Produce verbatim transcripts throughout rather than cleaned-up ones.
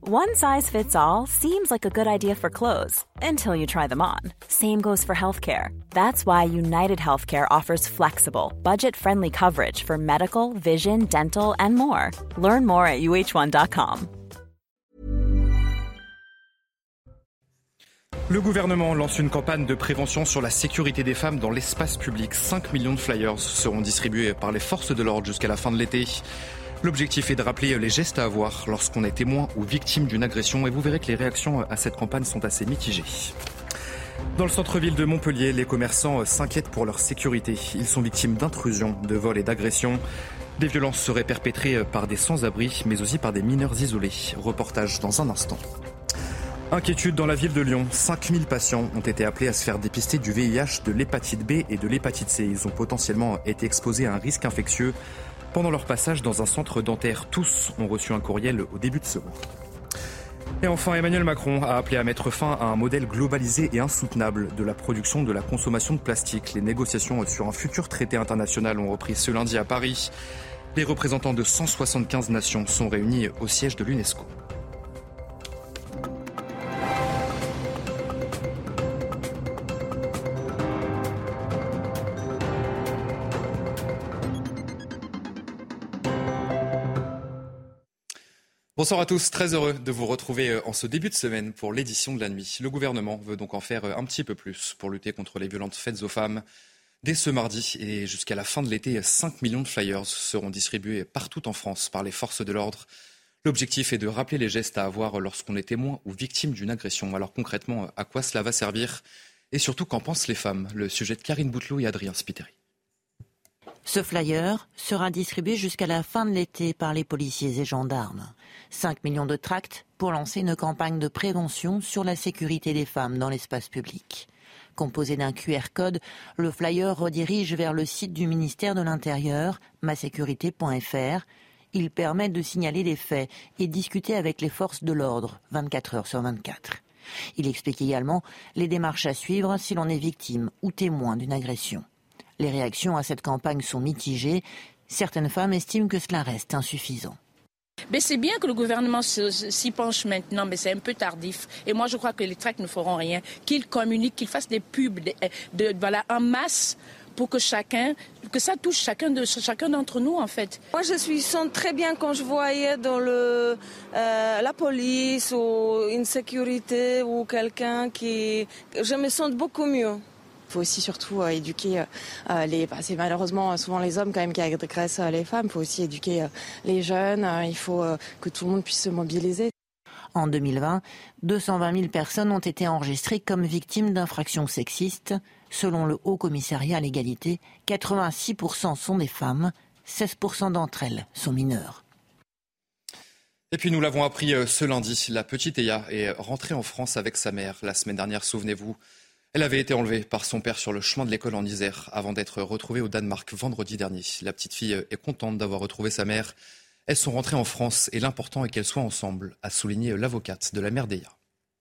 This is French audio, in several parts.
One size fits all seems like a good idea for clothes until you try them on. Same goes for healthcare. That's why United Healthcare offers flexible, budget-friendly coverage for medical, vision, dental, and more. Learn more at U H one dot com. Le gouvernement lance une campagne de prévention sur la sécurité des femmes dans l'espace public. cinq millions de flyers seront distribués par les forces de l'ordre jusqu'à la fin de l'été. L'objectif est de rappeler les gestes à avoir lorsqu'on est témoin ou victime d'une agression et vous verrez que les réactions à cette campagne sont assez mitigées. Dans le centre-ville de Montpellier, les commerçants s'inquiètent pour leur sécurité. Ils sont victimes d'intrusions, de vols et d'agressions. Des violences seraient perpétrées par des sans-abri, mais aussi par des mineurs isolés. Reportage dans un instant. Inquiétude dans la ville de Lyon. cinq mille patients ont été appelés à se faire dépister du V I H, de l'hépatite B et de l'hépatite C. Ils ont potentiellement été exposés à un risque infectieux pendant leur passage dans un centre dentaire. Tous ont reçu un courriel au début de ce mois. Et enfin, Emmanuel Macron a appelé à mettre fin à un modèle globalisé et insoutenable de la production de la consommation de plastique. Les négociations sur un futur traité international ont repris ce lundi à Paris. Les représentants de cent soixante-quinze nations sont réunis au siège de l'UNESCO. Bonsoir à tous, très heureux de vous retrouver en ce début de semaine pour l'édition de la nuit. Le gouvernement veut donc en faire un petit peu plus pour lutter contre les violences faites aux femmes. Dès ce mardi et jusqu'à la fin de l'été, cinq millions de flyers seront distribués partout en France par les forces de l'ordre. L'objectif est de rappeler les gestes à avoir lorsqu'on est témoin ou victime d'une agression. Alors concrètement, à quoi cela va servir et surtout qu'en pensent les femmes? Le sujet de Karine Bouteloup et Adrien Spiteri. Ce flyer sera distribué jusqu'à la fin de l'été par les policiers et gendarmes. cinq millions de tracts pour lancer une campagne de prévention sur la sécurité des femmes dans l'espace public. Composé d'un Q R code, le flyer redirige vers le site du ministère de l'Intérieur, ma sécurité point f r. Il permet de signaler les faits et discuter avec les forces de l'ordre vingt-quatre heures sur vingt-quatre. Il explique également les démarches à suivre si l'on est victime ou témoin d'une agression. Les réactions à cette campagne sont mitigées. Certaines femmes estiment que cela reste insuffisant. Mais c'est bien que le gouvernement s'y penche maintenant, mais c'est un peu tardif. Et moi, je crois que les tracts ne feront rien. Qu'ils communiquent, qu'ils fassent des pubs de, de, voilà, en masse pour que chacun, que ça touche chacun, de, chacun d'entre nous, en fait. Moi, je suis sens très bien quand je voyais dans le, euh, la police ou une sécurité ou quelqu'un qui... Je me sens beaucoup mieux. Il faut aussi surtout euh, éduquer euh, les. Bah, c'est malheureusement souvent les hommes quand même qui agressent euh, les femmes. Il faut aussi éduquer euh, les jeunes. Euh, il faut euh, que tout le monde puisse se mobiliser. En deux mille vingt, deux cent vingt mille personnes ont été enregistrées comme victimes d'infractions sexistes. Selon le Haut Commissariat à l'égalité, quatre-vingt-six pour cent sont des femmes, seize pour cent d'entre elles sont mineures. Et puis nous l'avons appris ce lundi, la petite Eya est rentrée en France avec sa mère. La semaine dernière, souvenez-vous, elle avait été enlevée par son père sur le chemin de l'école en Isère avant d'être retrouvée au Danemark vendredi dernier. La petite fille est contente d'avoir retrouvé sa mère. Elles sont rentrées en France et l'important est qu'elles soient ensemble, a souligné l'avocate de la mère d'Eya.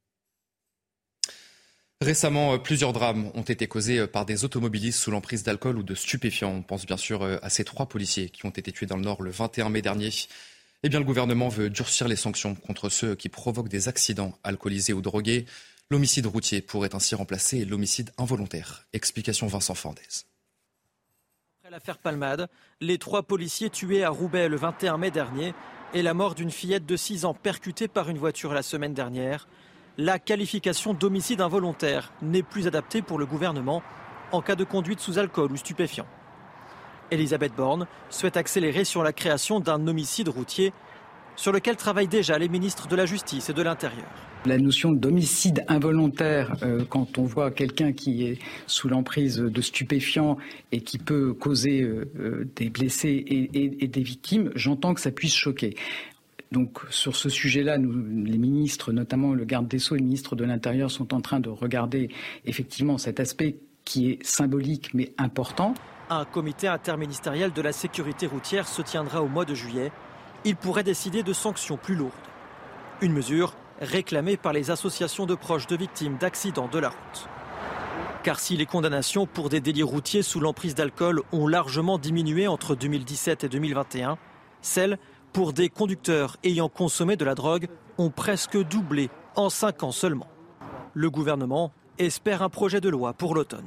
Récemment, plusieurs drames ont été causés par des automobilistes sous l'emprise d'alcool ou de stupéfiants. On pense bien sûr à ces trois policiers qui ont été tués dans le Nord le vingt et un mai dernier. Eh bien, le gouvernement veut durcir les sanctions contre ceux qui provoquent des accidents alcoolisés ou drogués. L'homicide routier pourrait ainsi remplacer l'homicide involontaire. Explication Vincent Fandez. Après l'affaire Palmade, les trois policiers tués à Roubaix le vingt et un mai dernier et la mort d'une fillette de six ans percutée par une voiture la semaine dernière, la qualification d'homicide involontaire n'est plus adaptée pour le gouvernement en cas de conduite sous alcool ou stupéfiant. Elisabeth Borne souhaite accélérer sur la création d'un homicide routier sur lequel travaillent déjà les ministres de la Justice et de l'Intérieur. La notion d'homicide involontaire, euh, quand on voit quelqu'un qui est sous l'emprise de stupéfiants et qui peut causer euh, des blessés et, et, et des victimes, j'entends que ça puisse choquer. Donc sur ce sujet-là, nous, les ministres, notamment le garde des Sceaux et le ministre de l'Intérieur, sont en train de regarder effectivement cet aspect qui est symbolique mais important. Un comité interministériel de la sécurité routière se tiendra au mois de juillet. Il pourrait décider de sanctions plus lourdes. Une mesure réclamée par les associations de proches de victimes d'accidents de la route. Car si les condamnations pour des délits routiers sous l'emprise d'alcool ont largement diminué entre deux mille dix-sept et deux mille vingt et un, celles pour des conducteurs ayant consommé de la drogue ont presque doublé en cinq ans seulement. Le gouvernement espère un projet de loi pour l'automne.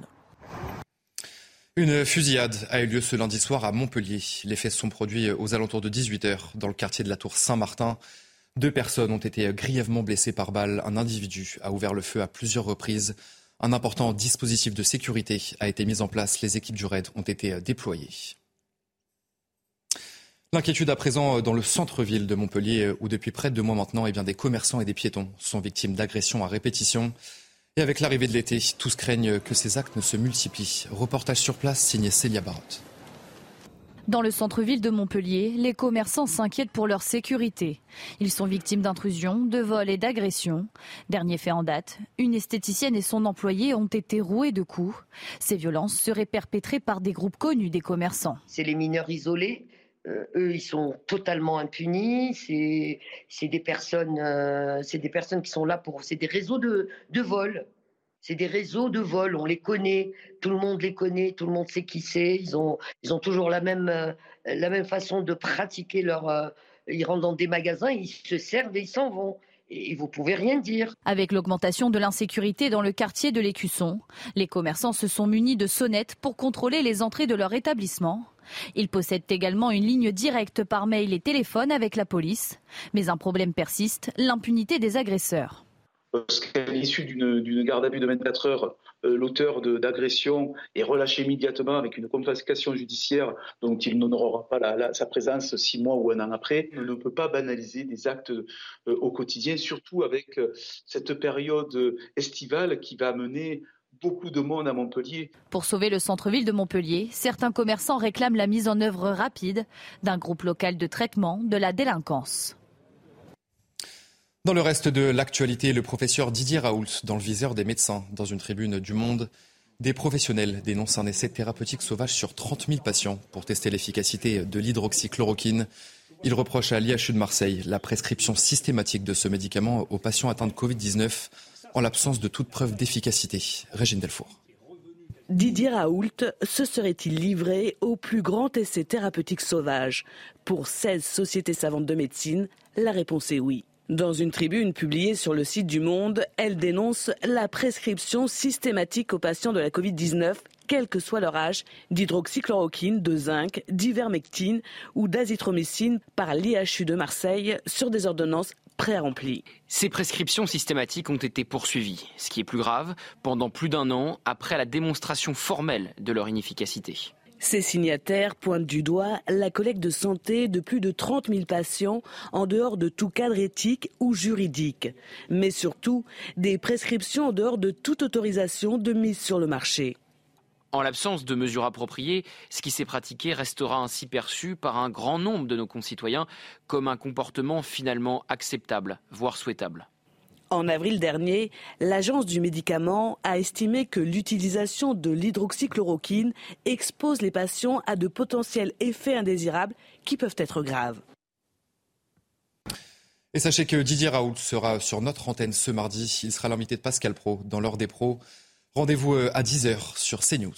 Une fusillade a eu lieu ce lundi soir à Montpellier. Les faits se sont produits aux alentours de dix-huit heures dans le quartier de la Tour Saint-Martin. Deux personnes ont été grièvement blessées par balle. Un individu a ouvert le feu à plusieurs reprises. Un important dispositif de sécurité a été mis en place. Les équipes du raid ont été déployées. L'inquiétude à présent dans le centre-ville de Montpellier où depuis près de deux mois maintenant, eh bien, des commerçants et des piétons sont victimes d'agressions à répétition. Et avec l'arrivée de l'été, tous craignent que ces actes ne se multiplient. Reportage sur place signé Célia Barotte. Dans le centre-ville de Montpellier, les commerçants s'inquiètent pour leur sécurité. Ils sont victimes d'intrusions, de vols et d'agressions. Dernier fait en date, une esthéticienne et son employé ont été roués de coups. Ces violences seraient perpétrées par des groupes connus des commerçants. C'est les mineurs isolés. Euh, eux, ils sont totalement impunis. C'est, c'est des personnes, euh, c'est des personnes qui sont là pour. C'est des réseaux de, de vol. C'est des réseaux de vol. On les connaît. Tout le monde les connaît. Tout le monde sait qui c'est. Ils ont, ils ont toujours la même, euh, la même façon de pratiquer leur. Euh, ils rentrent dans des magasins, ils se servent et ils s'en vont. Et vous pouvez rien dire. Avec l'augmentation de l'insécurité dans le quartier de l'Écusson, les commerçants se sont munis de sonnettes pour contrôler les entrées de leur établissement. Ils possèdent également une ligne directe par mail et téléphone avec la police. Mais un problème persiste, l'impunité des agresseurs. Lorsqu'à l'issue d'une, d'une garde à vue de vingt-quatre heures, euh, l'auteur de, d'agression est relâché immédiatement avec une confiscation judiciaire dont il n'honorera pas la, la, sa présence six mois ou un an après, on ne peut pas banaliser des actes euh, au quotidien, surtout avec euh, cette période estivale qui va amener beaucoup de monde à Montpellier. Pour sauver le centre-ville de Montpellier, certains commerçants réclament la mise en œuvre rapide d'un groupe local de traitement de la délinquance. Dans le reste de l'actualité, le professeur Didier Raoult dans le viseur des médecins. Dans une tribune du Monde, des professionnels dénoncent un essai thérapeutique sauvage sur trente mille patients pour tester l'efficacité de l'hydroxychloroquine. Ils reprochent à l'I H U de Marseille la prescription systématique de ce médicament aux patients atteints de covid dix-neuf en l'absence de toute preuve d'efficacité. Régine Delfour. Didier Raoult se serait-il livré au plus grand essai thérapeutique sauvage? Pour seize sociétés savantes de médecine, la réponse est oui. Dans une tribune publiée sur le site du Monde, elle dénonce la prescription systématique aux patients de la covid dix-neuf, quel que soit leur âge, d'hydroxychloroquine, de zinc, d'ivermectine ou d'azithromycine par l'I H U de Marseille sur des ordonnances pré-remplies. Ces prescriptions systématiques ont été poursuivies, ce qui est plus grave, pendant plus d'un an après la démonstration formelle de leur inefficacité. Ces signataires pointent du doigt la collecte de santé de plus de trente mille patients en dehors de tout cadre éthique ou juridique, mais surtout des prescriptions en dehors de toute autorisation de mise sur le marché. En l'absence de mesures appropriées, ce qui s'est pratiqué restera ainsi perçu par un grand nombre de nos concitoyens comme un comportement finalement acceptable, voire souhaitable. En avril dernier, l'Agence du médicament a estimé que l'utilisation de l'hydroxychloroquine expose les patients à de potentiels effets indésirables qui peuvent être graves. Et sachez que Didier Raoult sera sur notre antenne ce mardi. Il sera l'invité de Pascal Praud dans l'heure des pros. Rendez-vous à dix heures sur CNews.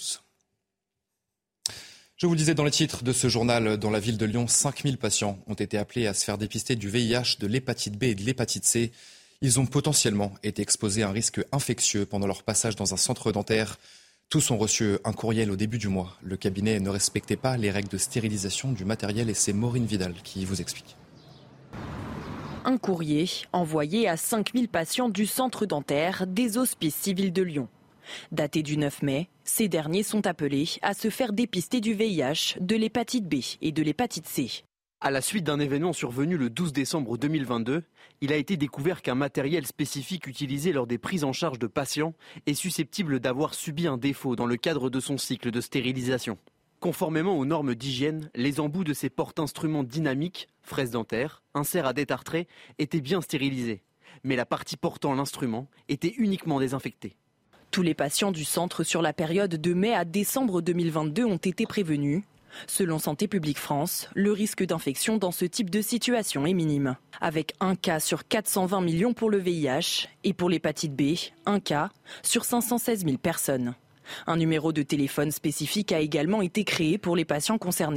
Je vous le disais dans les titres de ce journal, dans la ville de Lyon, cinq mille patients ont été appelés à se faire dépister du V I H, de l'hépatite B et de l'hépatite C. Ils ont potentiellement été exposés à un risque infectieux pendant leur passage dans un centre dentaire. Tous ont reçu un courriel au début du mois. Le cabinet ne respectait pas les règles de stérilisation du matériel et c'est Maureen Vidal qui vous explique. Un courrier envoyé à cinq mille patients du centre dentaire des Hospices civils de Lyon. Daté du neuf mai, ces derniers sont appelés à se faire dépister du V I H, de l'hépatite B et de l'hépatite C. À la suite d'un événement survenu le douze décembre deux mille vingt-deux, il a été découvert qu'un matériel spécifique utilisé lors des prises en charge de patients est susceptible d'avoir subi un défaut dans le cadre de son cycle de stérilisation. Conformément aux normes d'hygiène, les embouts de ces porte-instruments dynamiques, fraises dentaires, inserts à détartrer, étaient bien stérilisés. Mais la partie portant l'instrument était uniquement désinfectée. Tous les patients du centre sur la période de mai à décembre deux mille vingt-deux ont été prévenus. Selon Santé publique France, le risque d'infection dans ce type de situation est minime. Avec un cas sur quatre cent vingt millions pour le V I H et pour l'hépatite B, un cas sur cinq cent seize mille personnes. Un numéro de téléphone spécifique a également été créé pour les patients concernés.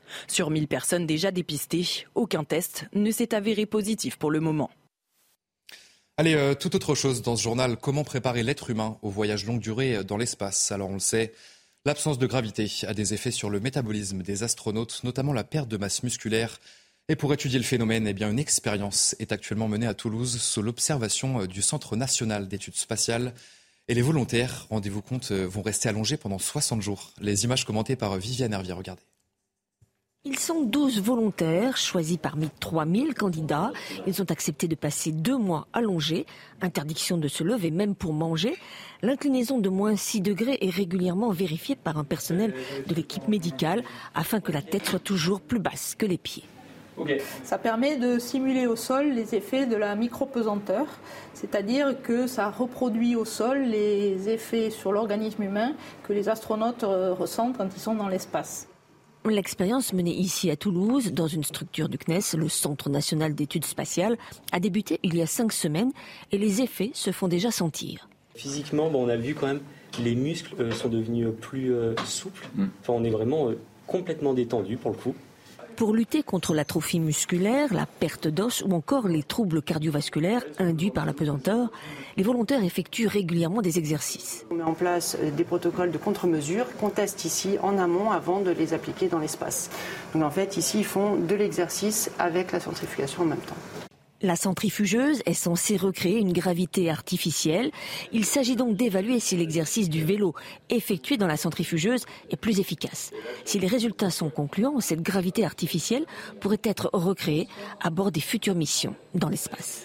Sur mille personnes déjà dépistées, aucun test ne s'est avéré positif pour le moment. Allez, euh, tout autre chose dans ce journal. Comment préparer l'être humain au voyage longue durée dans l'espace ? Alors on le sait, l'absence de gravité a des effets sur le métabolisme des astronautes, notamment la perte de masse musculaire. Et pour étudier le phénomène, eh bien, une expérience est actuellement menée à Toulouse sous l'observation du Centre national d'études spatiales. Et les volontaires, rendez-vous compte, vont rester allongés pendant soixante jours. Les images commentées par Viviane Hervier, regardez. Ils sont douze volontaires, choisis parmi trois mille candidats. Ils ont accepté de passer deux mois allongés. Interdiction de se lever, même pour manger. L'inclinaison de moins six degrés est régulièrement vérifiée par un personnel de l'équipe médicale afin que la tête soit toujours plus basse que les pieds. Okay. Ça permet de simuler au sol les effets de la micro-pesanteur, c'est-à-dire que ça reproduit au sol les effets sur l'organisme humain que les astronautes ressentent quand ils sont dans l'espace. L'expérience menée ici à Toulouse, dans une structure du C N E S, le Centre national d'études spatiales, a débuté il y a cinq semaines et les effets se font déjà sentir. Physiquement, bon, on a vu quand même les muscles euh, sont devenus plus euh, souples. Mm. Enfin, on est vraiment euh, complètement détendu pour le coup. Pour lutter contre l'atrophie musculaire, la perte d'os ou encore les troubles cardiovasculaires induits par la pesanteur, les volontaires effectuent régulièrement des exercices. On met en place des protocoles de contre-mesure qu'on teste ici en amont avant de les appliquer dans l'espace. Donc en fait, ici, ils font de l'exercice avec la centrifugation en même temps. La centrifugeuse est censée recréer une gravité artificielle. Il s'agit donc d'évaluer si l'exercice du vélo effectué dans la centrifugeuse est plus efficace. Si les résultats sont concluants, cette gravité artificielle pourrait être recréée à bord des futures missions dans l'espace.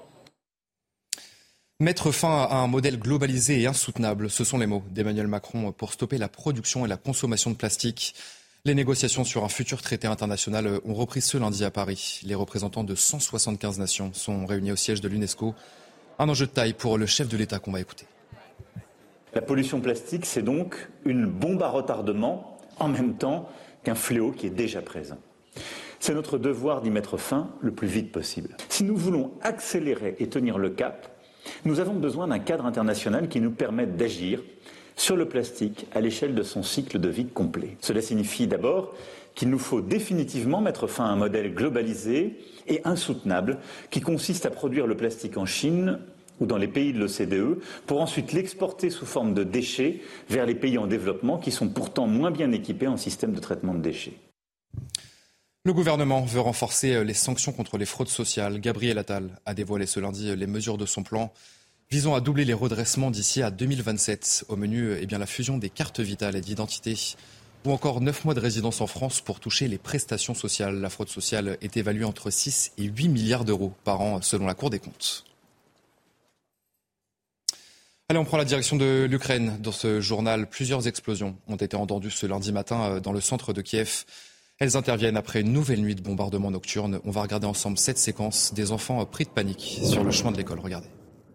Mettre fin à un modèle globalisé et insoutenable, ce sont les mots d'Emmanuel Macron pour stopper la production et la consommation de plastique. Les négociations sur un futur traité international ont repris ce lundi à Paris. Les représentants de cent soixante-quinze nations sont réunis au siège de l'UNESCO. Un enjeu de taille pour le chef de l'État qu'on va écouter. La pollution plastique, c'est donc une bombe à retardement en même temps qu'un fléau qui est déjà présent. C'est notre devoir d'y mettre fin le plus vite possible. Si nous voulons accélérer et tenir le cap, nous avons besoin d'un cadre international qui nous permette d'agir sur le plastique à l'échelle de son cycle de vie complet. Cela signifie d'abord qu'il nous faut définitivement mettre fin à un modèle globalisé et insoutenable qui consiste à produire le plastique en Chine ou dans les pays de l'O C D E pour ensuite l'exporter sous forme de déchets vers les pays en développement qui sont pourtant moins bien équipés en système de traitement de déchets. Le gouvernement veut renforcer les sanctions contre les fraudes sociales. Gabriel Attal a dévoilé ce lundi les mesures de son plan visant à doubler les redressements d'ici à deux mille vingt-sept. Au menu, eh bien, la fusion des cartes vitales et d'identité ou encore neuf mois de résidence en France pour toucher les prestations sociales. La fraude sociale est évaluée entre six et huit milliards d'euros par an selon la Cour des comptes. Allez, on prend la direction de l'Ukraine. Dans ce journal, plusieurs explosions ont été entendues ce lundi matin dans le centre de Kiev. Elles interviennent après une nouvelle nuit de bombardement nocturne. On va regarder ensemble cette séquence des enfants pris de panique sur le chemin de l'école. Regardez.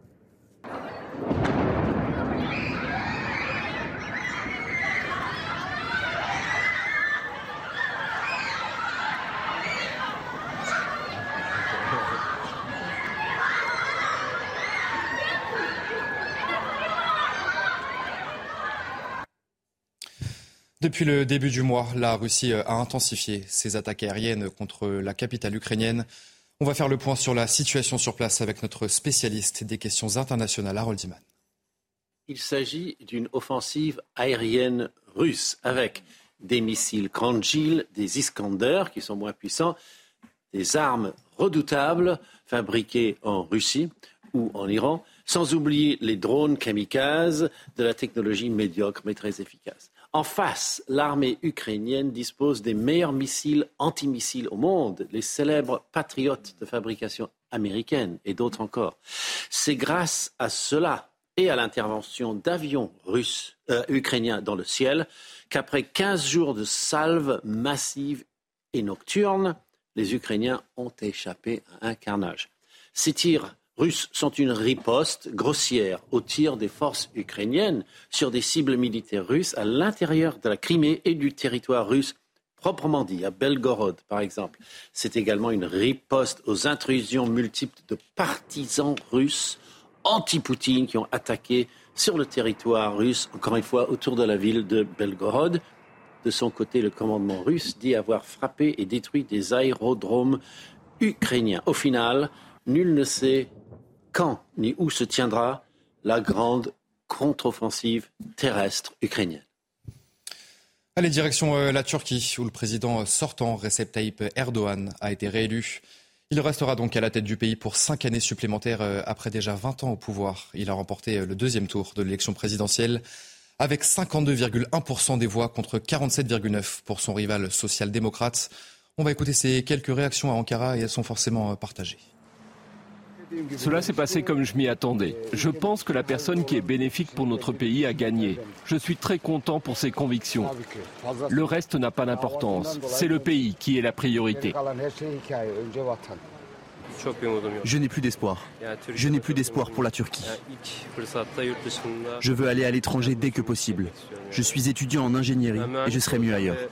Depuis le début du mois, la Russie a intensifié ses attaques aériennes contre la capitale ukrainienne. On va faire le point sur la situation sur place avec notre spécialiste des questions internationales, Harold Iman. Il s'agit d'une offensive aérienne russe avec des missiles Kranjil, des Iskander qui sont moins puissants, des armes redoutables fabriquées en Russie ou en Iran, sans oublier les drones kamikazes de la technologie médiocre mais très efficace. En face, l'armée ukrainienne dispose des meilleurs missiles antimissiles au monde, les célèbres Patriot de fabrication américaine et d'autres encore. C'est grâce à cela et à l'intervention d'avions russes, euh, ukrainiens dans le ciel qu'après quinze jours de salves massives et nocturnes, les Ukrainiens ont échappé à un carnage. Ces tirs russes sont une riposte grossière aux tirs des forces ukrainiennes sur des cibles militaires russes à l'intérieur de la Crimée et du territoire russe proprement dit, à Belgorod par exemple. C'est également une riposte aux intrusions multiples de partisans russes anti-Poutine qui ont attaqué sur le territoire russe, encore une fois autour de la ville de Belgorod. De son côté, le commandement russe dit avoir frappé et détruit des aérodromes ukrainiens. Au final, nul ne sait quand ni où se tiendra la grande contre-offensive terrestre ukrainienne. Allez, direction euh, la Turquie, où le président sortant, Recep Tayyip Erdogan, a été réélu. Il restera donc à la tête du pays pour cinq années supplémentaires euh, après déjà vingt ans au pouvoir. Il a remporté euh, le deuxième tour de l'élection présidentielle avec cinquante-deux virgule un pour cent des voix contre quarante-sept virgule neuf pour son rival social-démocrate. On va écouter ces quelques réactions à Ankara et elles sont forcément euh, partagées. Cela s'est passé comme je m'y attendais. Je pense que la personne qui est bénéfique pour notre pays a gagné. Je suis très content pour ses convictions. Le reste n'a pas d'importance. C'est le pays qui est la priorité. Je n'ai plus d'espoir. Je n'ai plus d'espoir pour la Turquie. Je veux aller à l'étranger dès que possible. Je suis étudiant en ingénierie et je serai mieux ailleurs.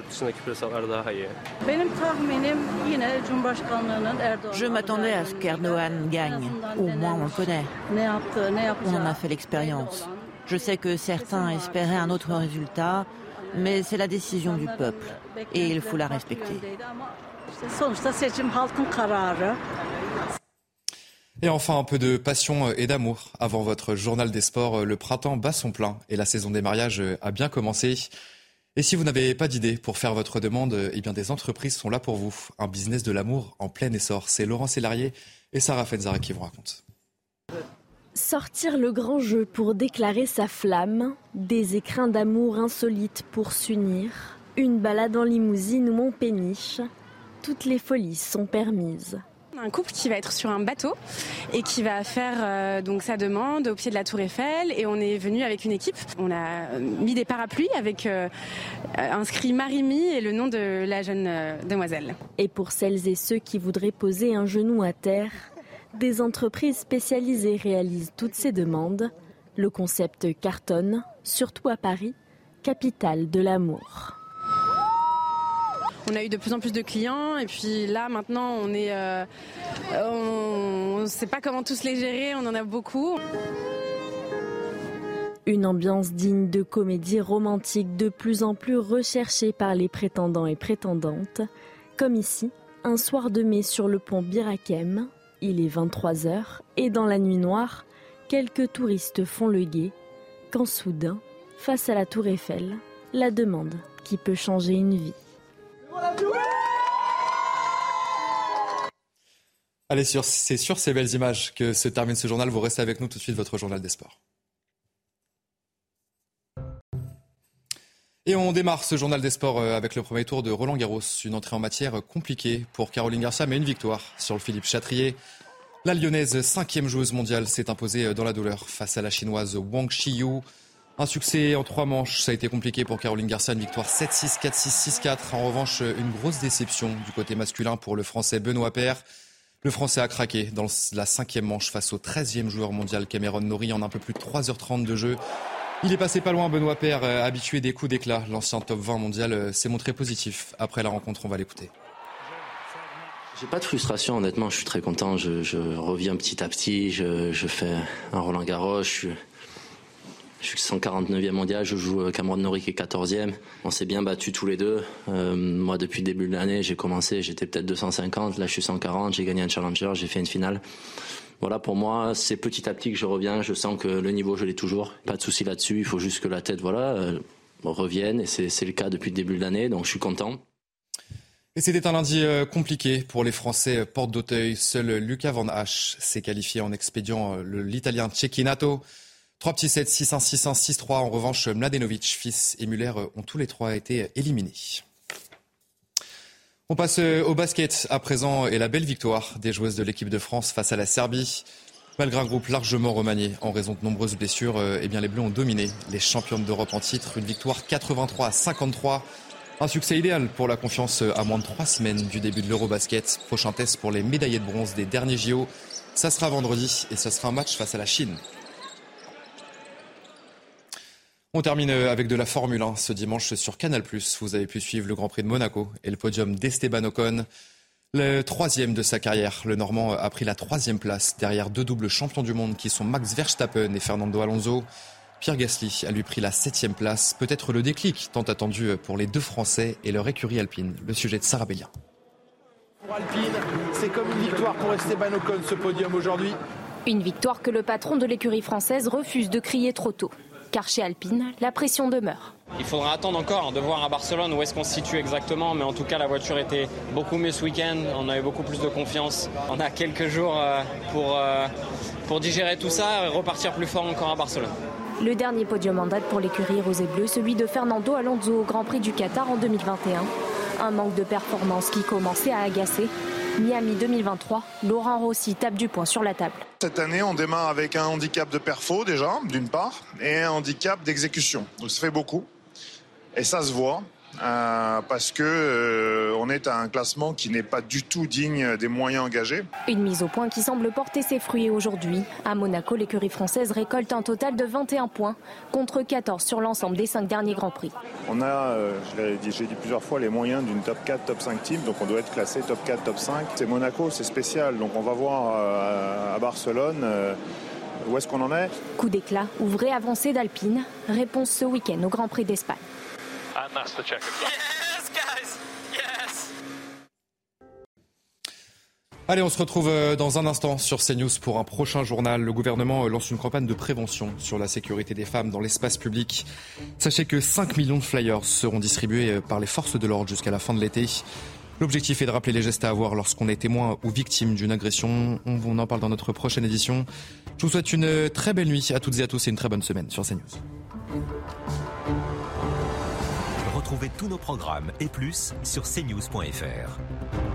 Je m'attendais à ce qu'Erdogan gagne. Au moins, on le connaît. On en a fait l'expérience. Je sais que certains espéraient un autre résultat, mais c'est la décision du peuple. Et il faut la respecter. Et enfin, un peu de passion et d'amour. Avant votre journal des sports, le printemps bat son plein et la saison des mariages a bien commencé. Et si vous n'avez pas d'idée pour faire votre demande, eh bien des entreprises sont là pour vous. Un business de l'amour en plein essor. C'est Laurent Sélarié et Sarah Fenzara qui vous racontent. Sortir le grand jeu pour déclarer sa flamme, des écrins d'amour insolites pour s'unir, une balade en limousine ou en péniche, toutes les folies sont permises. Un couple qui va être sur un bateau et qui va faire euh, donc sa demande au pied de la Tour Eiffel, et on est venu avec une équipe. On a mis des parapluies avec euh, inscrit Marimi et le nom de la jeune euh, demoiselle. Et pour celles et ceux qui voudraient poser un genou à terre, des entreprises spécialisées réalisent toutes ces demandes. Le concept cartonne, surtout à Paris, capitale de l'amour. On a eu de plus en plus de clients et puis là maintenant on est, euh, on ne sait pas comment tous les gérer, on en a beaucoup. Une ambiance digne de comédie romantique de plus en plus recherchée par les prétendants et prétendantes. Comme ici, un soir de mai sur le pont Bir Hakeim, il est vingt-trois heures et dans la nuit noire, quelques touristes font le guet quand soudain, face à la Tour Eiffel, la demande qui peut changer une vie. Allez, sur, c'est sur ces belles images que se termine ce journal. Vous restez avec nous tout de suite, votre journal des sports. Et on démarre ce journal des sports avec le premier tour de Roland Garros. Une entrée en matière compliquée pour Caroline Garcia, mais une victoire sur le Philippe Chatrier. La Lyonnaise, cinquième joueuse mondiale, s'est imposée dans la douleur face à la Chinoise Wang Qiyu. Un succès en trois manches, ça a été compliqué pour Caroline Garcia, une victoire sept six, quatre six, six quatre. En revanche, une grosse déception du côté masculin pour le Français Benoît Paire. Le Français a craqué dans la cinquième manche face au treizième joueur mondial Cameron Norrie en un peu plus de trois heures trente de jeu. Il est passé pas loin, Benoît Paire, habitué des coups d'éclat. L'ancien top vingt mondial s'est montré positif. Après la rencontre, on va l'écouter. J'ai pas de frustration, honnêtement, je suis très content. Je, je reviens petit à petit, je, je fais un Roland Garros, je suis... Je suis cent quarante-neuvième mondial, je joue Cameron Norrie qui est quatorzième. On s'est bien battus tous les deux. Euh, moi, depuis le début de l'année, j'ai commencé, j'étais peut-être deux cent cinquante. Là, je suis cent quarante, j'ai gagné un challenger, j'ai fait une finale. Voilà, pour moi, c'est petit à petit que je reviens. Je sens que le niveau, je l'ai toujours. Pas de souci là-dessus. Il faut juste que la tête, voilà, euh, revienne. Et c'est, c'est le cas depuis le début de l'année, donc je suis content. Et c'était un lundi compliqué pour les Français porte d'Auteuil. Seul Lucas Van Hache s'est qualifié en expédiant l'Italien Cecchinato. Trois petits sets, six un, six un, six trois. En revanche, Mladenovic, Fils et Muller ont tous les trois été éliminés. On passe au basket à présent et la belle victoire des joueuses de l'équipe de France face à la Serbie. Malgré un groupe largement remanié en raison de nombreuses blessures, eh bien les Bleus ont dominé les championnes d'Europe en titre. Une victoire quatre-vingt-trois à cinquante-trois. Un succès idéal pour la confiance à moins de trois semaines du début de l'Eurobasket. Prochain test pour les médaillés de bronze des derniers J O. Ça sera vendredi et ça sera un match face à la Chine. On termine avec de la Formule un ce dimanche sur Canal plus. Vous avez pu suivre le Grand Prix de Monaco et le podium d'Esteban Ocon. Le troisième de sa carrière, le Normand a pris la troisième place derrière deux doubles champions du monde qui sont Max Verstappen et Fernando Alonso. Pierre Gasly a lui pris la septième place. Peut-être le déclic tant attendu pour les deux Français et leur écurie alpine. Le sujet de Sarah Bellien. Pour Alpine, c'est comme une victoire pour Esteban Ocon ce podium aujourd'hui. Une victoire que le patron de l'écurie française refuse de crier trop tôt. Car chez Alpine, la pression demeure. Il faudra attendre encore de voir à Barcelone où est-ce qu'on se situe exactement. Mais en tout cas, la voiture était beaucoup mieux ce week-end. On avait beaucoup plus de confiance. On a quelques jours pour, pour digérer tout ça et repartir plus fort encore à Barcelone. Le dernier podium en date pour l'écurie rose et bleue, celui de Fernando Alonso au Grand Prix du Qatar en deux mille vingt et un. Un manque de performance qui commençait à agacer. Miami deux mille vingt-trois, Laurent Rossi tape du poing sur la table. Cette année, on démarre avec un handicap de perfo déjà, d'une part, et un handicap d'exécution. Donc ça fait beaucoup. Et ça se voit. Euh, parce que euh, on est à un classement qui n'est pas du tout digne des moyens engagés. Une mise au point qui semble porter ses fruits aujourd'hui. À Monaco, l'écurie française récolte un total de vingt et un points contre quatorze sur l'ensemble des cinq derniers Grands Prix. On a, euh, je l'ai dit, j'ai dit plusieurs fois, les moyens d'une top quatre, top cinq team, donc on doit être classé top quatre, top cinq. C'est Monaco, c'est spécial, donc on va voir euh, à Barcelone euh, où est-ce qu'on en est. Coup d'éclat ou vraie avancée d'Alpine. Réponse ce week-end au Grand Prix d'Espagne. And that's the checkered flag. Yes, guys! Yes! Allez, on se retrouve dans un instant sur CNews pour un prochain journal. Le gouvernement lance une campagne de prévention sur la sécurité des femmes dans l'espace public. Sachez que cinq millions de flyers seront distribués par les forces de l'ordre jusqu'à la fin de l'été. L'objectif est de rappeler les gestes à avoir lorsqu'on est témoin ou victime d'une agression. On en parle dans notre prochaine édition. Je vous souhaite une très belle nuit à toutes et à tous et une très bonne semaine sur CNews. Retrouvez tous nos programmes et plus sur c news point f r.